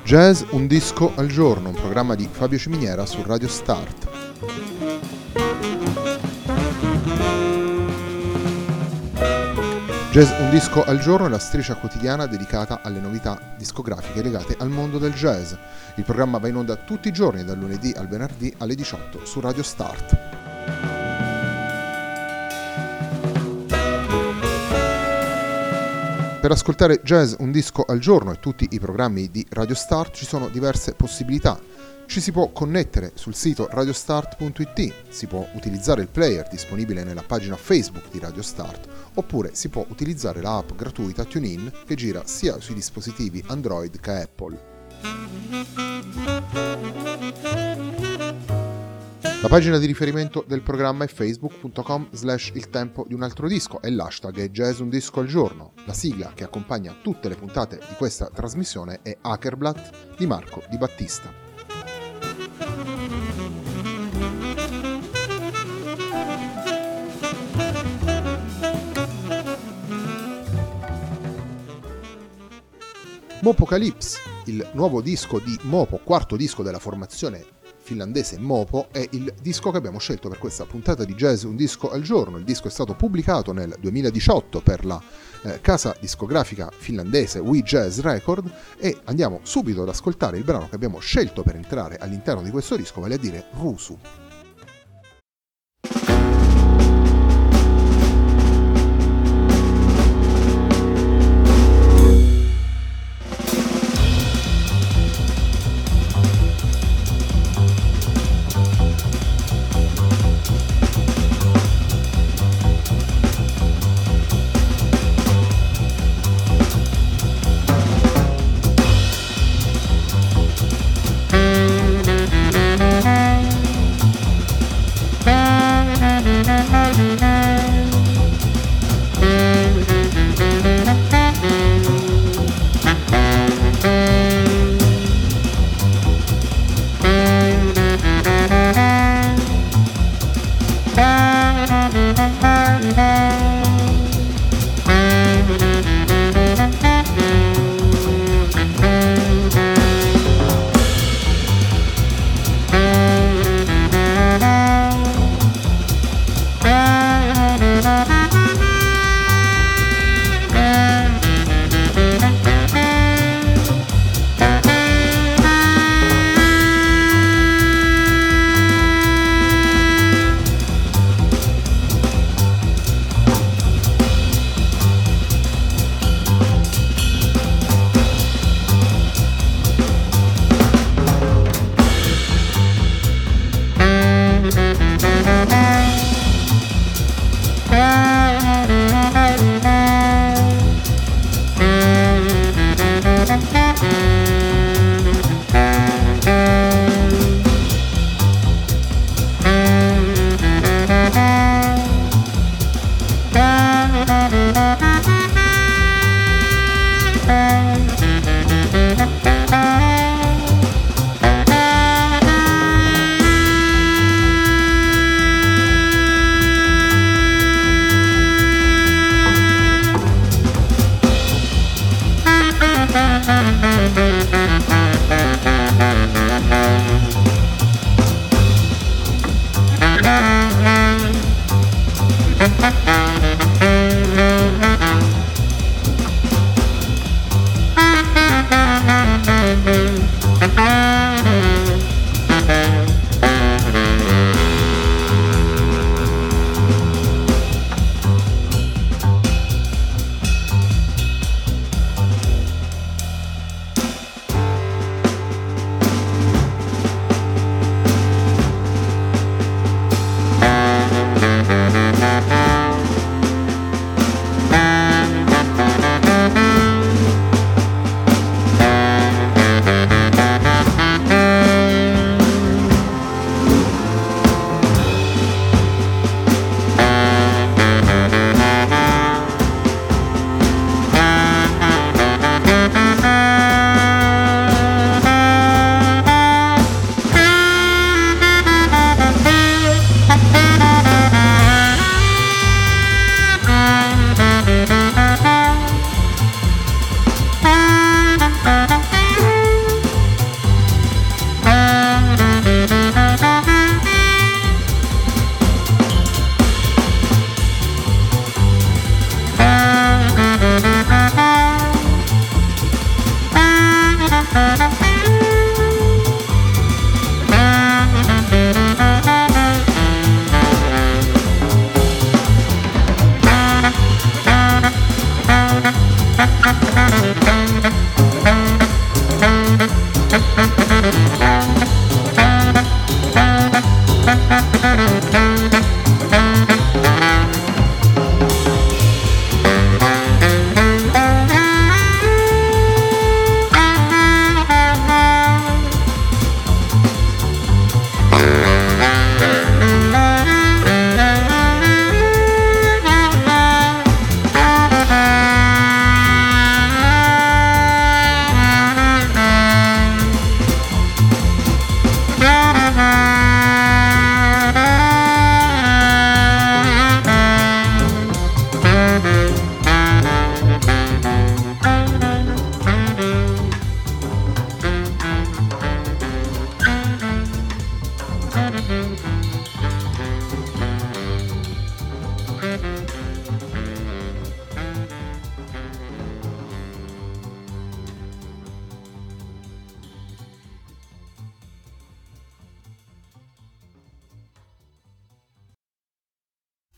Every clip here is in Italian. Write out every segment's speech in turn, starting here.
Jazz un disco al giorno, un programma di Fabio Ciminiera su Radio Start. Jazz un disco al giorno è la striscia quotidiana dedicata alle novità discografiche legate al mondo del jazz. Il programma va in onda tutti i giorni, dal lunedì al venerdì alle 18 su Radio Start. Per ascoltare Jazz un disco al giorno e tutti i programmi di Radio Start ci sono diverse possibilità. Ci si può connettere sul sito radiostart.it, si può utilizzare il player disponibile nella pagina Facebook di Radio Start, oppure si può utilizzare la app gratuita TuneIn che gira sia sui dispositivi Android che Apple. La pagina di riferimento del programma è facebook.com/il tempo di un altro disco e l'hashtag è Jazz un disco al giorno. La sigla che accompagna tutte le puntate di questa trasmissione è Hackerblatt di Marco Di Battista. Mopocalypse, il nuovo disco di Mopo, quarto disco della formazione finlandese Mopo, è il disco che abbiamo scelto per questa puntata di Jazz un disco al giorno. Il disco è stato pubblicato nel 2018 per la casa discografica finlandese We Jazz Record e andiamo subito ad ascoltare il brano che abbiamo scelto per entrare all'interno di questo disco, vale a dire Ruusu.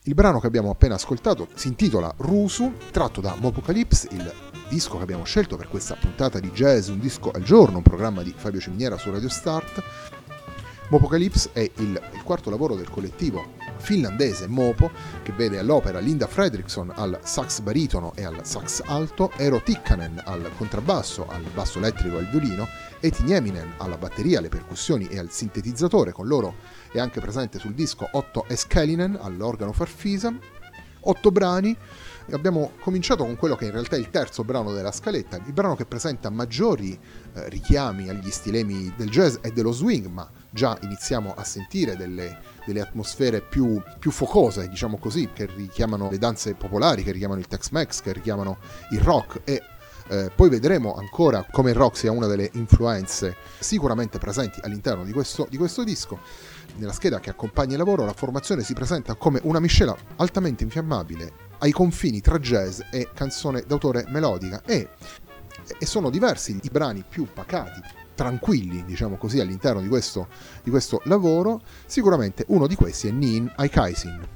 Il brano che abbiamo appena ascoltato si intitola Rusu, tratto da Mopocalypse, il disco che abbiamo scelto per questa puntata di Jazz, un disco al giorno, un programma di Fabio Ciminiera su Radio Start. Mopocalypse è il quarto lavoro del collettivo finlandese Mopo, che vede all'opera Linda Fredriksson al sax baritono e al sax alto, Eero Tikkanen al contrabbasso, al basso elettrico e al violino, Eti Nieminen alla batteria, alle percussioni e al sintetizzatore. Con loro è anche presente sul disco Otto Eskelinen all'organo farfisa. 8 brani. Abbiamo cominciato con quello che in realtà è il terzo brano della scaletta, il brano che presenta maggiori richiami agli stilemi del jazz e dello swing, ma già iniziamo a sentire delle atmosfere più focose, diciamo così, che richiamano le danze popolari, che richiamano il Tex-Mex, che richiamano il rock, e poi vedremo ancora come il rock sia una delle influenze sicuramente presenti all'interno di questo disco. Nella scheda che accompagna il lavoro la formazione si presenta come una miscela altamente infiammabile ai confini tra jazz e canzone d'autore melodica, e sono diversi i brani più pacati, tranquilli, diciamo così, all'interno di questo lavoro. Sicuramente uno di questi è Niin Aikaisin.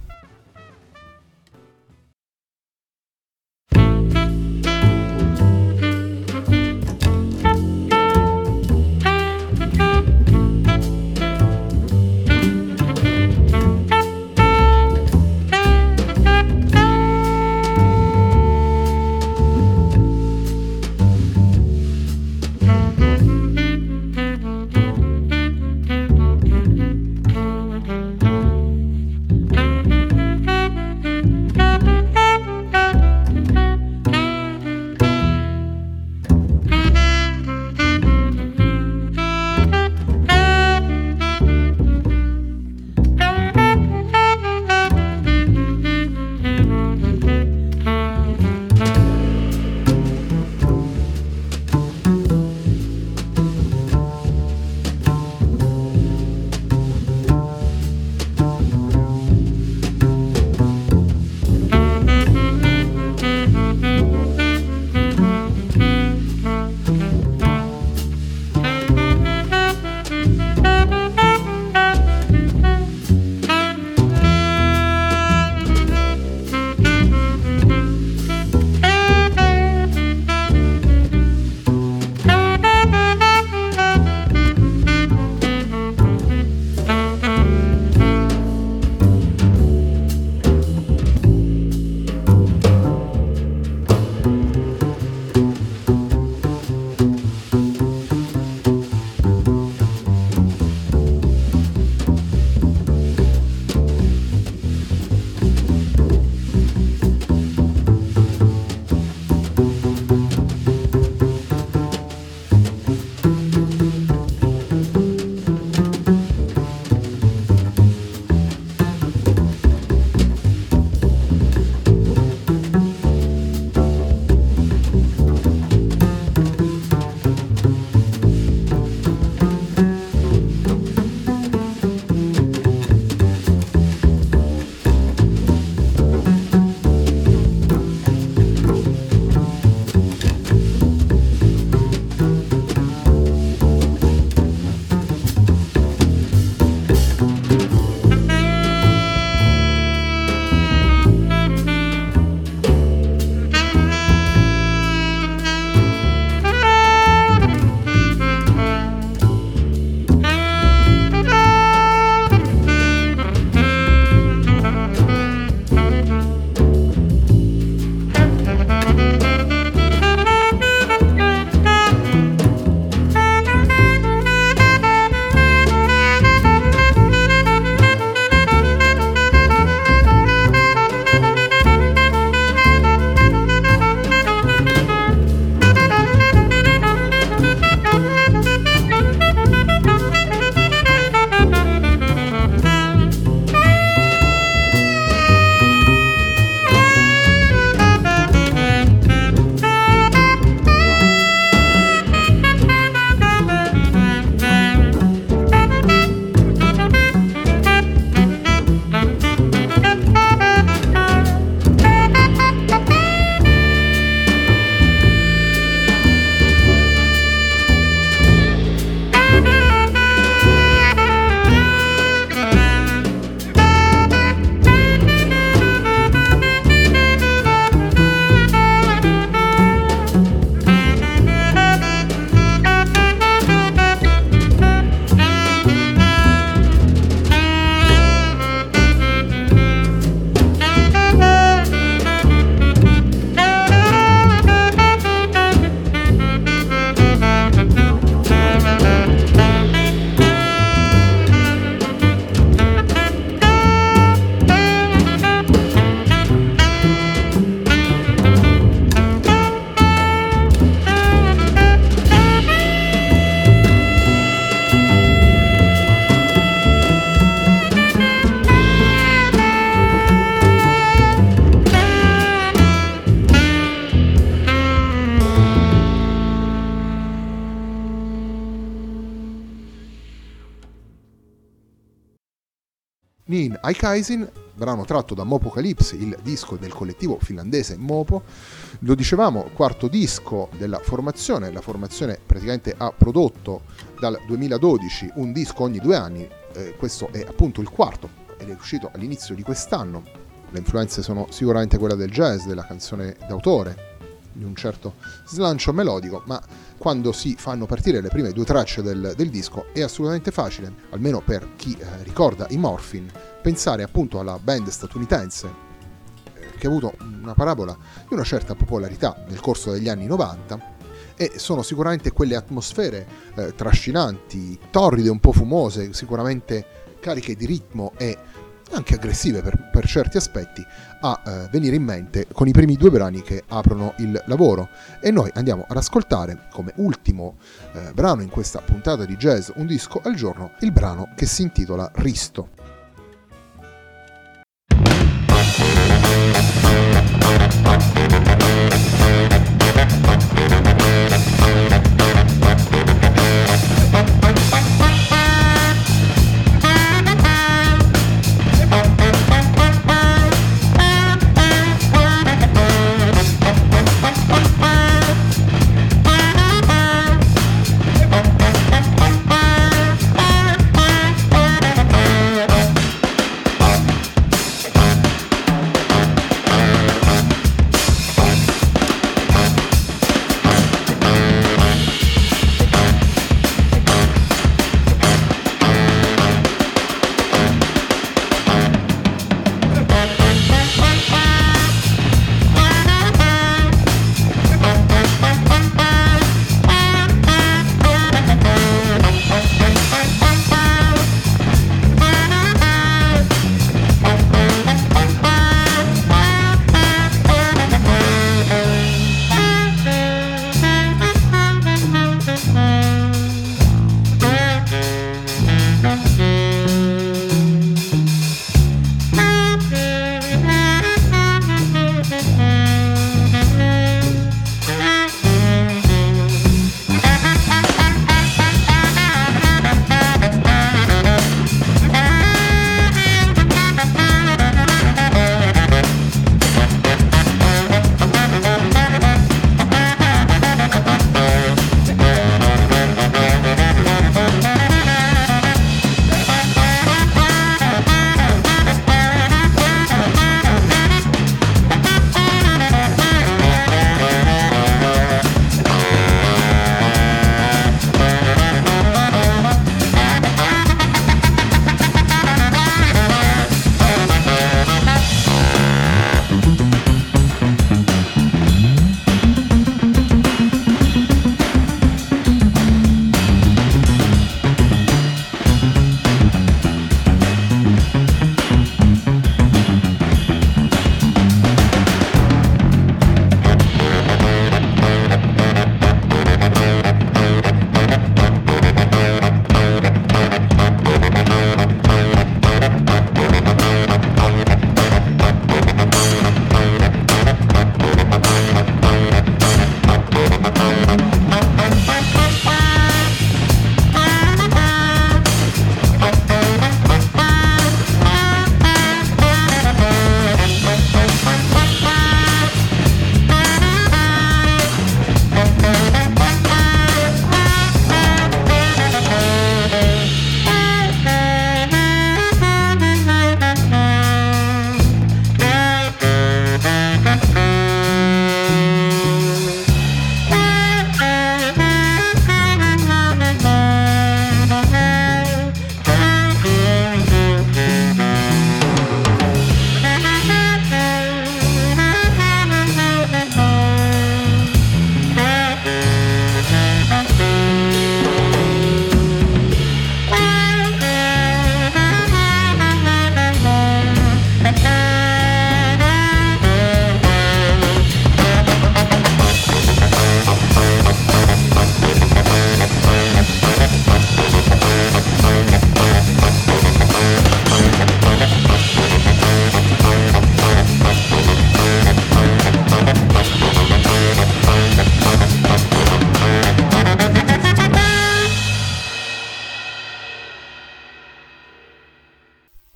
in Aikaisin, brano tratto da Mopocalypse, il disco del collettivo finlandese Mopo. Lo dicevamo, quarto disco della formazione. La formazione praticamente ha prodotto dal 2012 un disco ogni 2 anni, questo è appunto il quarto ed è uscito all'inizio di quest'anno. Le influenze sono sicuramente quella del jazz, della canzone d'autore, di un certo slancio melodico, ma quando si fanno partire le prime 2 tracce del disco è assolutamente facile, almeno per chi ricorda i Morphine, pensare appunto alla band statunitense che ha avuto una parabola di una certa popolarità nel corso degli anni 90, e sono sicuramente quelle atmosfere trascinanti, torride, un po' fumose, sicuramente cariche di ritmo e anche aggressive per certi aspetti, a venire in mente con i primi 2 brani che aprono il lavoro. E noi andiamo ad ascoltare come ultimo brano in questa puntata di Jazz Un disco al giorno il brano che si intitola Risto.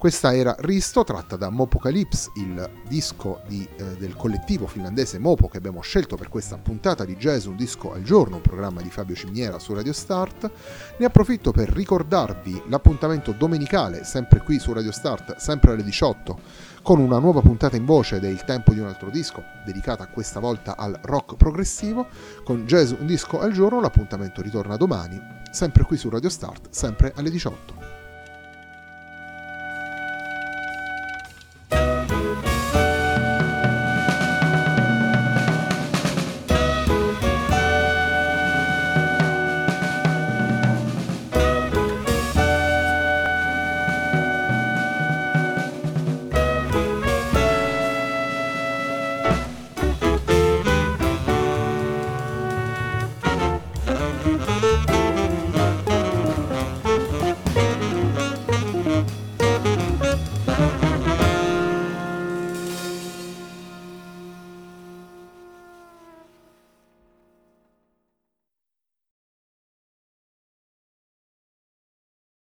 Questa era Risto, tratta da Mopocalypse, il disco del collettivo finlandese Mopo che abbiamo scelto per questa puntata di Jazz Un Disco al Giorno, un programma di Fabio Ciminiera su Radio Start. Ne approfitto per ricordarvi l'appuntamento domenicale, sempre qui su Radio Start, sempre alle 18, con una nuova puntata in voce del Tempo di un altro disco, dedicata questa volta al rock progressivo. Con Jazz Un Disco al Giorno l'appuntamento ritorna domani, sempre qui su Radio Start, sempre alle 18.